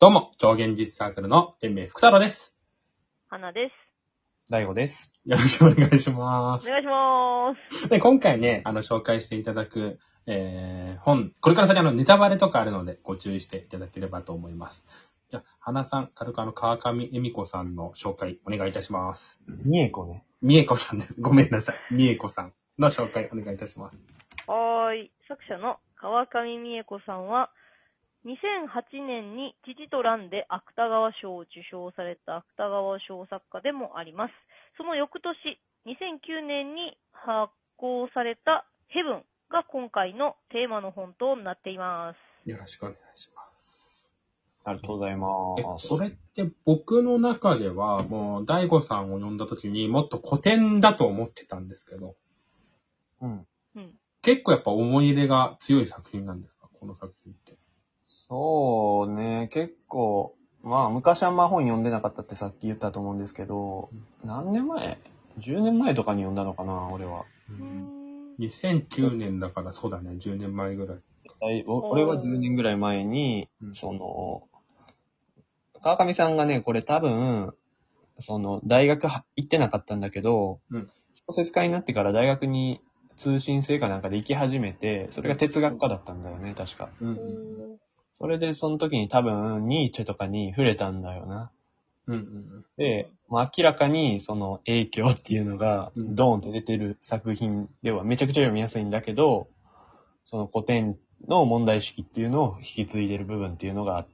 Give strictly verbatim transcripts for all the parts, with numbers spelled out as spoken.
どうも、超現実サークルの天命福太郎です。 花です。 大悟です。 よろしくお願いしまお願いします。で、今回ね、あの、紹介していただく、えー、本、これから先あの、ネタバレとかあるので、ご注意していただければと思います。じゃあ、花さん、軽くあの、川上恵美子さんの紹介、お願いいたします。 みえこね。 みえこさんです。ごめんなさい。みえこさんの紹介、お願いいたします。 す。はーい。作者の川上美恵子さんは、にせんはちねんに父と蘭で芥川賞を受賞された芥川賞作家でもあります。その翌年、にせんきゅうねんに発行されたヘブンが今回のテーマの本となっています。 よろしくお願いします。 ありがとうございまえ、 す。 それって僕の中では、もう、大悟さんを呼んだ時にもっと古典だと思ってたんですけど、 うん。 うん。 結構やっぱ思い入れが強い作品なんですか、この作品って。 そうね、結構、まあ、昔あんま本読んでなかったってさっき言ったと思うんですけど、何年前 ?じゅう 年前とかに読んだのかな、俺は。 うーん。 にせんきゅうねんだからそうだね、じゅうねんまえぐらい。 いお俺はじゅうねんぐらい前に、 うんその、川上さんがね、これ多分、その、大学は行ってなかったんだけど、 うん小説家になってから大学に通信制かなんかで行き始めて、それが哲学科だったんだよね、確か。 うんうんそれでその時に多分、ニーチェとかに触れたんだよな。 うんうんで、まあ、明らかにその影響っていうのがうんドーンって出てる作品ではめちゃくちゃ読みやすいんだけど、その古典の問題意識っていうのを引き継いでる部分っていうのがあって、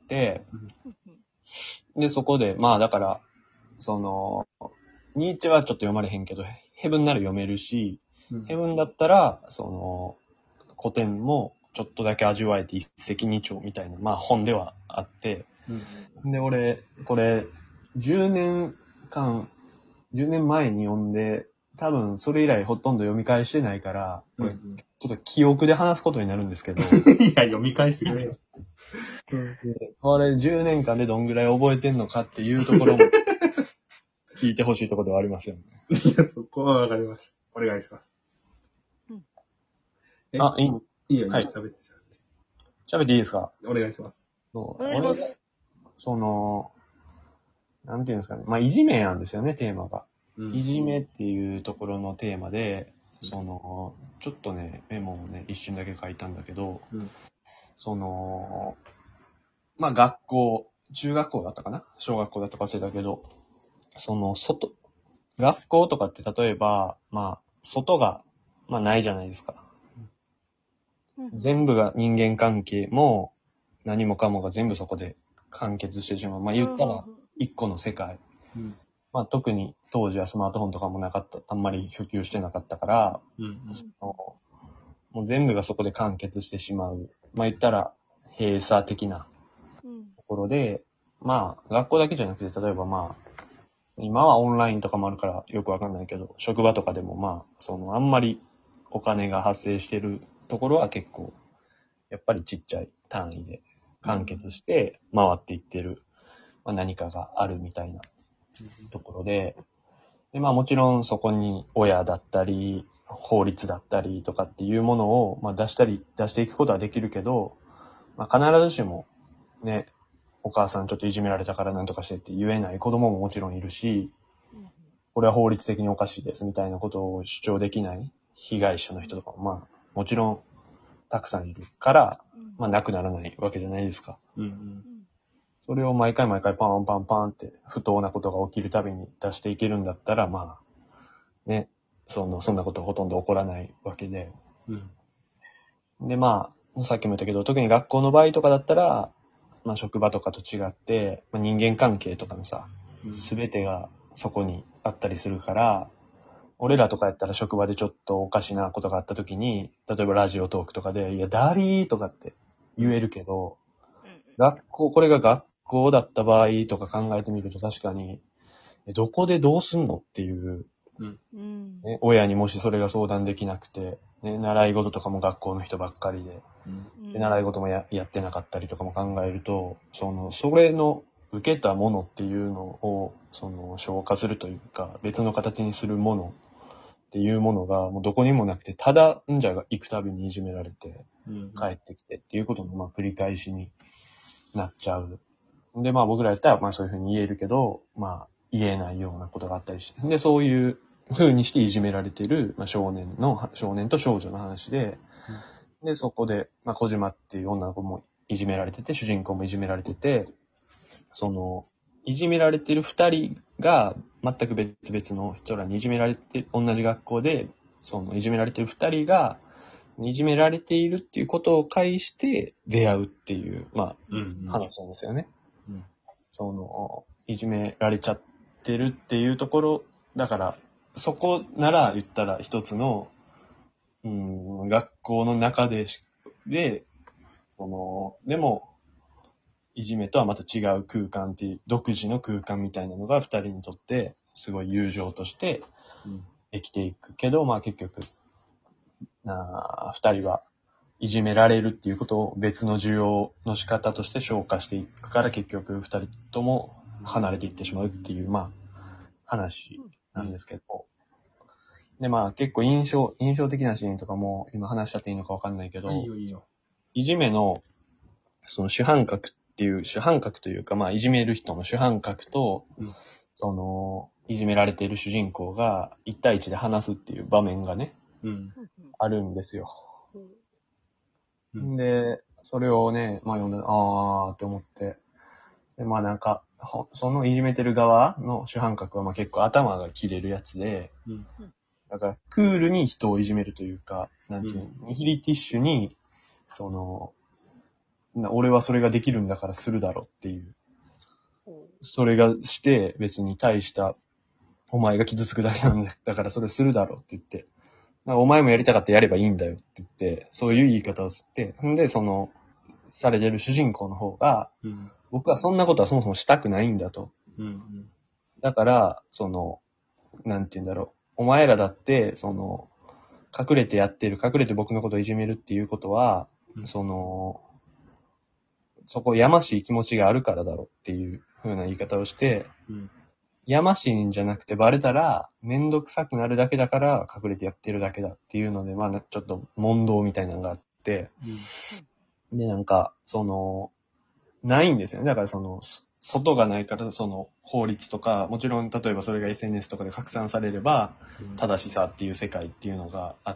で、そこで、まあだから、その、ニーチェはちょっと読まれへんけど、ヘブンなら読めるし、 うんヘブンだったら、その、古典もちょっとだけ味わえて一石二鳥みたいな、まあ本ではあって、 うんで、俺、これ、じゅうねんかん、じゅうねんまえに読んで、多分それ以来ほとんど読み返してないから、これ、 うんちょっと記憶で話すことになるんですけど、 いや、読み返してくれよ。 これじゅうねんかんでどんぐらい覚えてんのかっていうところも聞いてほしいところではありますよね。 いや、そこはわかりました。お願いします。 うんえあ、いいいいよ、 はい喋って喋っていいですか？ お願いします。 そうお願いします俺、その、なんていうんですかね。まあ、いじめなんですよね、テーマが。 うんいじめっていうところのテーマで、その、ちょっとね、メモをね、一瞬だけ書いたんだけど、 うんその、まあ、学校、中学校だったかな小学校だったか忘れたけど、その、外、学校とかって例えば、まあ、外が、まあ、ないじゃないですか。全部が人間関係も、何もかもが全部そこで完結してしまう。まあ、言ったら、一個の世界。 うんまあ、特に当時はスマートフォンとかもなかった、あんまり普及してなかったから、 うんそのもう全部がそこで完結してしまう。まあ、言ったら閉鎖的なうんところで、まあ、学校だけじゃなくて、例えばまあ、今はオンラインとかもあるからよくわかんないけど、職場とかでもまあ、その、あんまりお金が発生してるところは結構、やっぱりちっちゃい単位で完結して回っていってる、まあ、何かがあるみたいなところで、で、まあもちろんそこに親だったり、法律だったりとかっていうものを、まあ、出したり、出していくことはできるけど、まあ、必ずしも、ね、お母さんちょっといじめられたからなんとかしてって言えない子供ももちろんいるし、これは法律的におかしいですみたいなことを主張できない被害者の人とかも、まあ、もちろんたくさんいるから、まあ、なくならないわけじゃないですか。 うんうんそれを毎回毎回パンパンパンって不当なことが起きるたびに出していけるんだったら、まあ、ね、その、そんなことほとんど起こらないわけで。 うんで、まあ、さっきも言ったけど、特に学校の場合とかだったら、まあ職場とかと違って、まあ、人間関係とかのさ、 うんすべてがそこにあったりするから、俺らとかやったら職場でちょっとおかしなことがあった時に、例えばラジオトークとかで、いや、ダリーとかって言えるけど、学校、これが学校だった場合とか考えてみると確かに、えどこでどうすんのっていう、 うんね、親にもしそれが相談できなくて、ね、習い事とかも学校の人ばっかりで、 うんで習い事もややってなかったりとかも考えると、その、それの受けたものっていうのを、その、消化するというか、別の形にするものっていうものが、もうどこにもなくて、ただ、んじゃが行くたびにいじめられて、 うん帰ってきてっていうことの、まあ、繰り返しになっちゃうで、まあ僕らやったら、まあそういうふうに言えるけど、まあ言えないようなことがあったりして。で、そういう風にしていじめられてる、まあ、少年の、少年と少女の話で、うん、で、そこで、まあ小島っていう女の子もいじめられてて、主人公もいじめられてて、その、いじめられてる二人が、全く別々の人らにいじめられて、同じ学校で、その、いじめられてる二人が、いじめられているっていうことを介して出会うっていう、まあ、うんうん、話なんですよね。うん、その、いじめられちゃってるっていうところ、だから、そこなら言ったら一つの、うん、学校の中で、で、その、でも、いじめとはまた違う空間っていう、独自の空間みたいなのが二人にとって、すごい友情として生きていくけど、うん、まあ結局、な二人はいじめられるっていうことを別の需要の仕方として消化していくから、結局二人とも離れていってしまうっていう、まあ、話なんですけど、うん、で、まあ結構印象、印象的なシーンとかも今話しちゃっていいのかわかんないけど、いいよいいよ。いじめの、その主犯格っていう、主犯格というか、まあいじめる人の主犯格と、うん、その、いじめられている主人公が一対一で話すっていう場面がね、うん、あるんですよ。うん、で、それをね、まあ読んで、あーって思って、で、まあなんか、そのいじめてる側の主犯格はまあ結構頭が切れるやつで、うん、だからクールに人をいじめるというか、なんていうの、うん、ニヒリティッシュに、その、俺はそれができるんだからするだろうっていう。それがして別に大した、お前が傷つくだけなんだ。だからそれするだろうって言って。お前もやりたかったらやればいいんだよって言って、そういう言い方をして、んで、その、されてる主人公の方が、うん、僕はそんなことはそもそもしたくないんだと。うんうん、だから、その、なんて言うんだろう。お前らだって、その、隠れてやってる、隠れて僕のことをいじめるっていうことは、うん、その、そこやましい気持ちがあるからだろうっていう風な言い方をして、うん、やましいんじゃなくてバレたらめんどくさくなるだけだから隠れてやってるだけだっていうので、まあちょっと問答みたいなのがあって、うん、で、なんか、その、ないんですよね。だからその、外がないから、その法律とか、もちろん例えばそれが エスエヌエス とかで拡散されれば、正しさっていう世界っていうのがあって、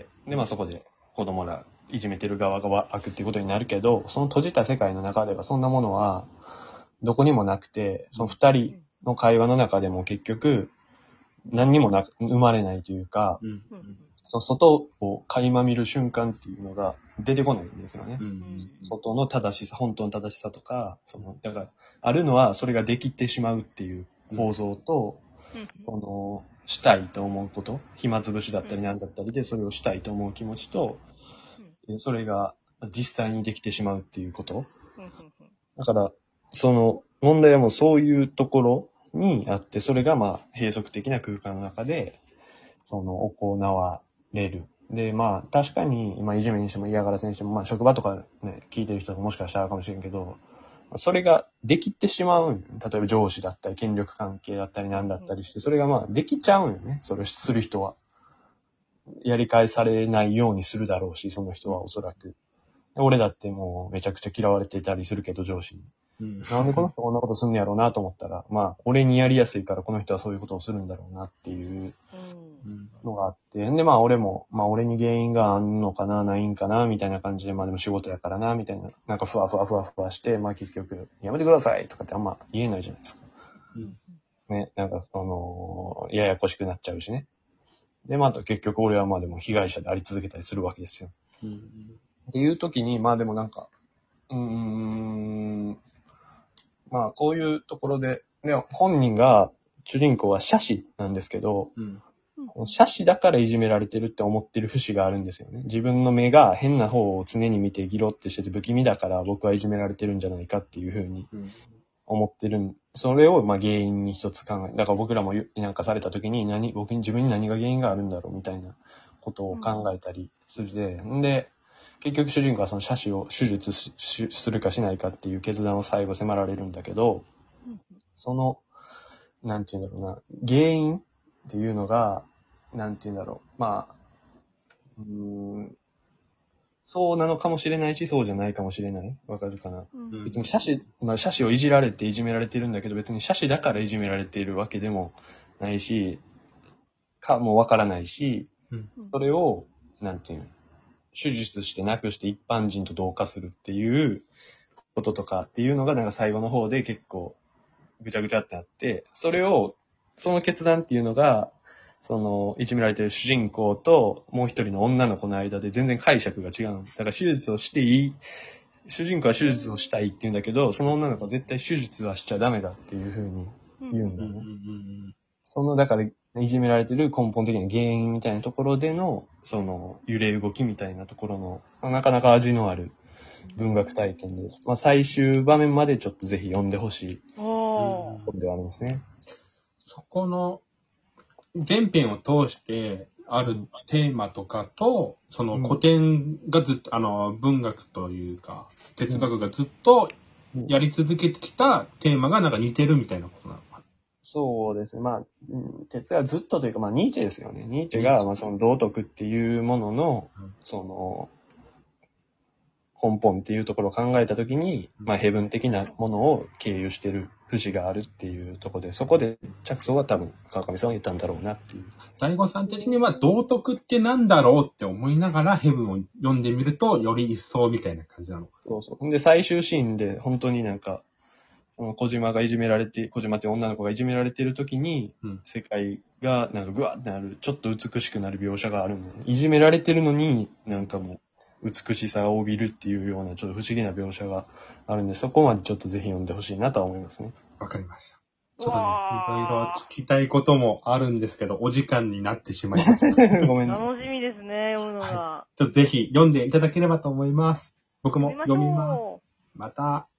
で、まあそこで子供らいじめてる側が悪っていうことになるけど、その閉じた世界の中ではそんなものはどこにもなくて、その二人の会話の中でも結局何にもな生まれないというか、うん、その外を垣間見る瞬間っていうのが出てこないんですよね。うん、外の正しさ、本当の正しさとか、その、だから、あるのはそれができてしまうっていう構造と、うん、その、したいと思うこと、暇つぶしだったりなんだったりで、それをしたいと思う気持ちと、うん、それが実際にできてしまうっていうこと。だから、その、問題はもうそういうところにあって、それがまあ、閉塞的な空間の中で、その、行われる。で、まあ、確かに、今、いじめにしても嫌がらせにしても、まあ、職場とかね、聞いてる人ももしかしたらあるかもしれんけど、それができてしまう。例えば上司だったり、権力関係だったりなんだったりして、それがまあ、できちゃうんよね。それをする人は。やり返されないようにするだろうし、その人はおそらく。俺だってもう、めちゃくちゃ嫌われていたりするけど、上司に。うん、なんでこの人こんなことすんのやろうなと思ったら、まあ、俺にやりやすいからこの人はそういうことをするんだろうなっていうのがあって、で、まあ俺も、まあ俺に原因があんのかな、ないんかな、みたいな感じで、まあでも仕事やからな、みたいな、なんかふわふわふわふわして、まあ結局、やめてくださいとかってあんま言えないじゃないですか。うん、ね、なんかその、ややこしくなっちゃうしね。で、まあ結局俺はまあでも被害者であり続けたりするわけですよ。うん、っていう時に、まあでもなんか、うーん、まあ、こういうところで、ね、本人が、主人公は斜視なんですけど、うん、斜視だからいじめられてるって思ってる節があるんですよね。自分の目が変な方を常に見てギロってしてて不気味だから僕はいじめられてるんじゃないかっていうふうに思ってる。それをまあ原因に一つ考え、だから僕らもなんかされた時に何、僕に自分に何が原因があるんだろうみたいなことを考えたりするで、うん、で、結局主人公はその斜視を手術するかしないかっていう決断を最後迫られるんだけど、その、なんていうんだろうな、原因っていうのが、なんていうんだろう、まあ、うーん、 そうなのかもしれないし、そうじゃないかもしれない。わかるかな。 うん別に写真、まあ写真をいじられていじめられてるんだけど、別に写真だからいじめられているわけでもないし、かもわからないし、 うんそれを、なんていうの、手術してなくして一般人と同化するっていうこととかっていうのがなんか最後の方で結構ぐちゃぐちゃってなって、それを、その決断っていうのが、その、いじめられてる主人公ともう一人の女の子の間で全然解釈が違うんです。だから手術をしていい、主人公は手術をしたいって言うんだけど、その女の子は絶対手術はしちゃダメだっていう風に言うんだよね。 うんうんうんその、だから、いじめられてる根本的な原因みたいなところでの、その、揺れ動きみたいなところの、まあなかなか味のある文学体験です。まあ、最終場面までちょっとぜひ読んでほしいおー。 本ではありますね。 そこの全編を通してあるテーマとかと、その古典がずっと、あの、文学というか、哲学がずっとやり続けてきたテーマがなんか似てるみたいなことなのかな。 そうですね。まあ、うん哲学ずっとというか、まあ、ニーチェですよね。ニーチェが、まあ、その道徳っていうものの、 うんその、根本っていうところを考えたときに、まあ、ヘブン的なものを経由してる節があるっていうところで、そこで着想は多分、川上さんは言ったんだろうなっていう。 大悟さん的には道徳ってなんだろうって思いながらヘブンを読んでみるとより一層みたいな感じなのか。 そうそう。で、最終シーンで、本当になんか、その小島がいじめられて、小島っていう女の子がいじめられてる時に、 うん世界がなんかグワッてなる、ちょっと美しくなる描写があるので、いじめられてるのになんかもう美しさを帯びるっていうようなちょっと不思議な描写があるんで、そこまでちょっとぜひ読んでほしいなとは思いますね。 わかりました。ちょっとね、いろいろ聞きたいこともあるんですけど、お時間になってしまいました。 ごめんね。 楽しみですね、読むのが。 ちょっとぜひ読んでいただければと思います。僕も読みまし読みます。 ょう。 また。